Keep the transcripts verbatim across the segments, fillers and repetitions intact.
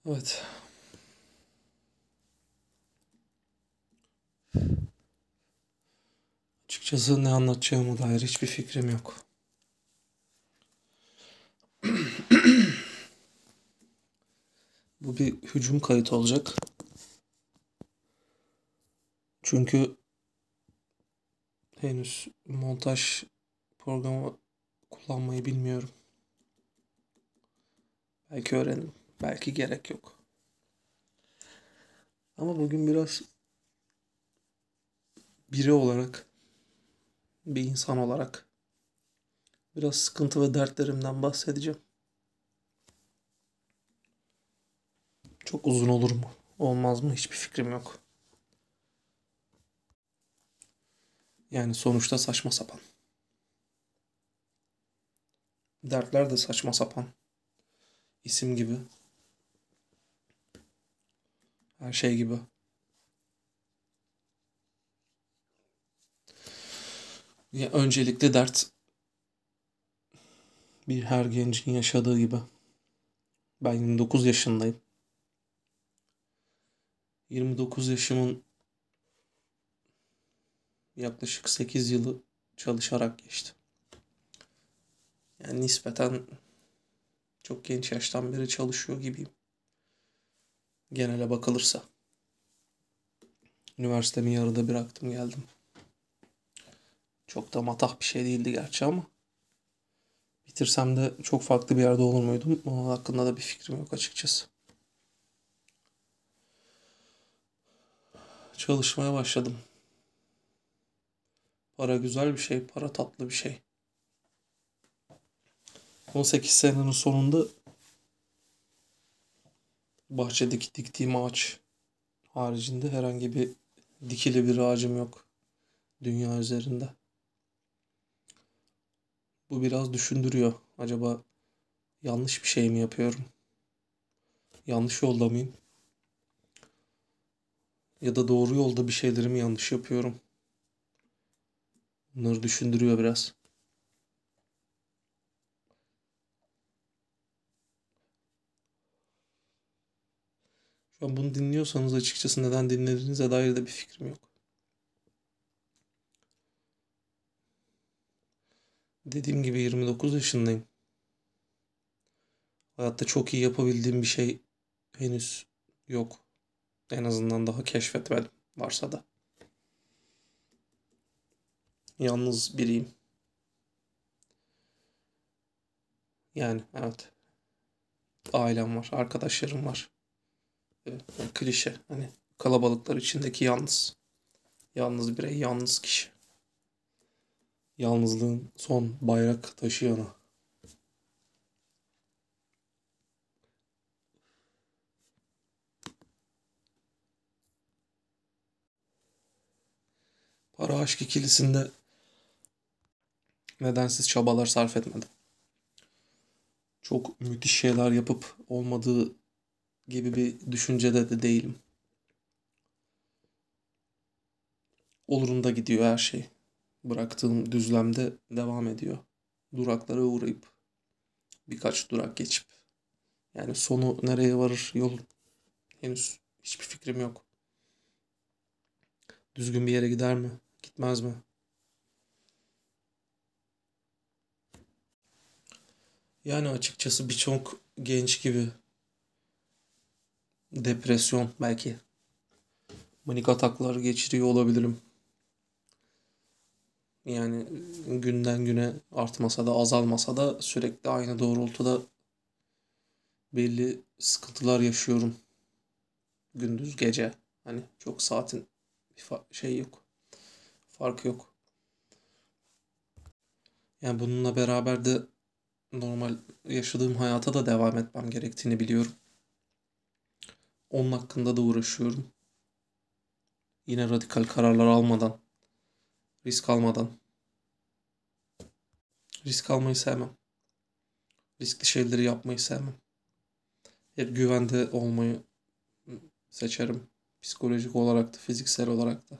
Evet. Açıkçası ne anlatacağıma dair hiçbir fikrim yok. Bu bir hücum kayıt olacak. Çünkü henüz montaj programı kullanmayı bilmiyorum. Belki öğrenirim. Belki gerek yok. Ama bugün biraz biri olarak, bir insan olarak biraz sıkıntı ve dertlerimden bahsedeceğim. Çok uzun olur mu? Olmaz mı? Hiçbir fikrim yok. Yani sonuçta saçma sapan. Dertler de saçma sapan. İsim gibi. Her şey gibi. Ya öncelikle dert bir her gencin yaşadığı gibi. Ben yirmi dokuz yaşındayım. yirmi dokuz yaşımın yaklaşık sekiz yılı çalışarak geçti. Yani nispeten çok genç yaştan beri çalışıyor gibiyim. Genele bakılırsa. Üniversitemi yarıda bıraktım geldim. Çok da matah bir şey değildi gerçi ama bitirsem de çok farklı bir yerde olur muydum? Onun hakkında da bir fikrim yok açıkçası. Çalışmaya başladım. Para güzel bir şey, para tatlı bir şey. on sekiz senenin sonunda bahçedeki diktiğim ağaç haricinde herhangi bir dikili bir ağacım yok dünya üzerinde. Bu biraz düşündürüyor. Acaba yanlış bir şey mi yapıyorum? Yanlış yolda mıyım? Ya da doğru yolda bir şeyleri mi yanlış yapıyorum? Bunları düşündürüyor biraz. Şu an bunu dinliyorsanız açıkçası neden dinlediğinize dair de bir fikrim yok. Dediğim gibi yirmi dokuz yaşındayım. Hayatta çok iyi yapabildiğim bir şey henüz yok. En azından daha keşfetmedim. Varsa da. Yalnız biriyim. Yani evet. Ailem var, arkadaşlarım var. Evet, klişe. Hani kalabalıklar içindeki yalnız. Yalnız birey, yalnız kişi. Yalnızlığın son bayrak taşıyanı. Para aşk ikilisinde nedensiz çabalar sarf etmedim. Çok müthiş şeyler yapıp olmadığı gibi bir düşüncede de değilim. Olurunda gidiyor her şey. Bıraktığım düzlemde devam ediyor. Duraklara uğrayıp birkaç durak geçip yani sonu nereye varır yolun henüz hiçbir fikrim yok. Düzgün bir yere gider mi? Gitmez mi? Yani açıkçası birçok genç gibi depresyon belki manik ataklar geçiriyor olabilirim. Yani günden güne artmasa da azalmasa da sürekli aynı doğrultuda belli sıkıntılar yaşıyorum. Gündüz gece hani çok saatin bir fa- şey yok. Farkı yok. Yani bununla beraber de normal yaşadığım hayata da devam etmem gerektiğini biliyorum. Onun hakkında da uğraşıyorum. Yine radikal kararlar almadan, risk almadan. Risk almayı sevmem. Riskli şeyleri yapmayı sevmem. Hep güvende olmayı seçerim. Psikolojik olarak da, fiziksel olarak da.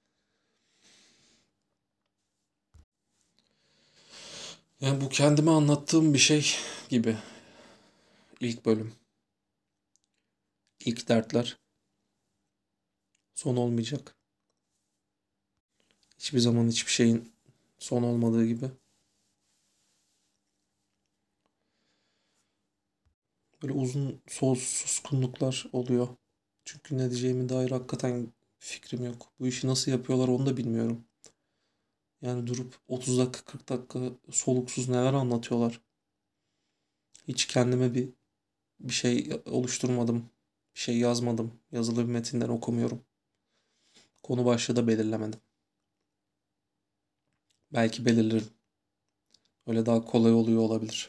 Yani bu kendime anlattığım bir şey gibi ilk bölüm. İlk dertler son olmayacak. Hiçbir zaman hiçbir şeyin son olmadığı gibi. Böyle uzun sos, suskunluklar oluyor. Çünkü ne diyeceğime dair hakikaten fikrim yok. Bu işi nasıl yapıyorlar onu da bilmiyorum. Yani durup otuz dakika kırk dakika soluksuz neler anlatıyorlar. Hiç kendime bir bir şey oluşturmadım. Bir şey yazmadım. Yazılı bir metinden okumuyorum. Konu başlığı da belirlemedim. Belki belirlerim. Öyle daha kolay oluyor olabilir.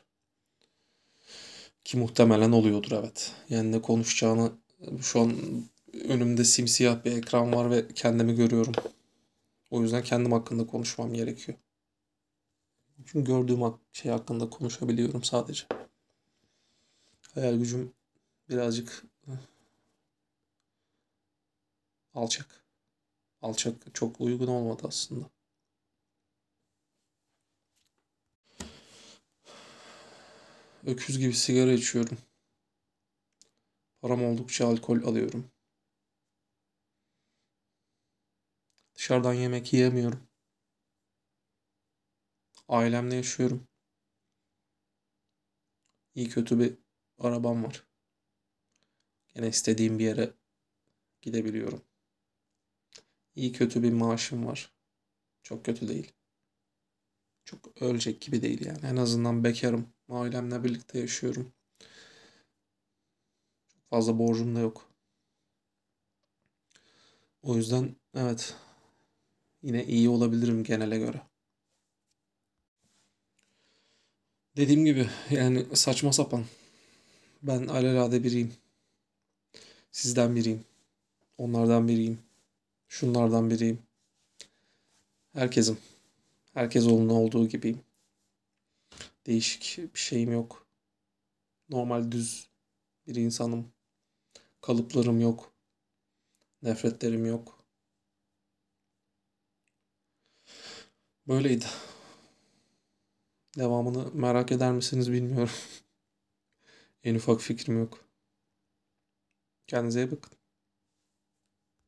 Ki muhtemelen oluyordur, evet. Yani ne konuşacağını şu an önümde simsiyah bir ekran var ve kendimi görüyorum. O yüzden kendim hakkında konuşmam gerekiyor. Çünkü gördüğüm şey hakkında konuşabiliyorum sadece. Hayal gücüm birazcık alçak. Alçak çok uygun olmadı aslında. Öküz gibi sigara içiyorum. Param oldukça alkol alıyorum. Dışarıdan yemek yiyemiyorum. Ailemle yaşıyorum. İyi kötü bir arabam var. Yine istediğim bir yere gidebiliyorum. İyi kötü bir maaşım var. Çok kötü değil. Çok ölecek gibi değil yani. En azından bekarım. Ailemle birlikte yaşıyorum. Fazla borcum da yok. O yüzden evet, yine iyi olabilirim genele göre. Dediğim gibi yani saçma sapan. Ben alelade biriyim. Sizden biriyim. Onlardan biriyim. Şunlardan biriyim. Herkesim. Herkes onun olduğu gibiyim. Değişik bir şeyim yok. Normal düz bir insanım. Kalıplarım yok. Nefretlerim yok. Böyleydi. Devamını merak eder misiniz bilmiyorum. En ufak fikrim yok. Kendinize iyi bakın.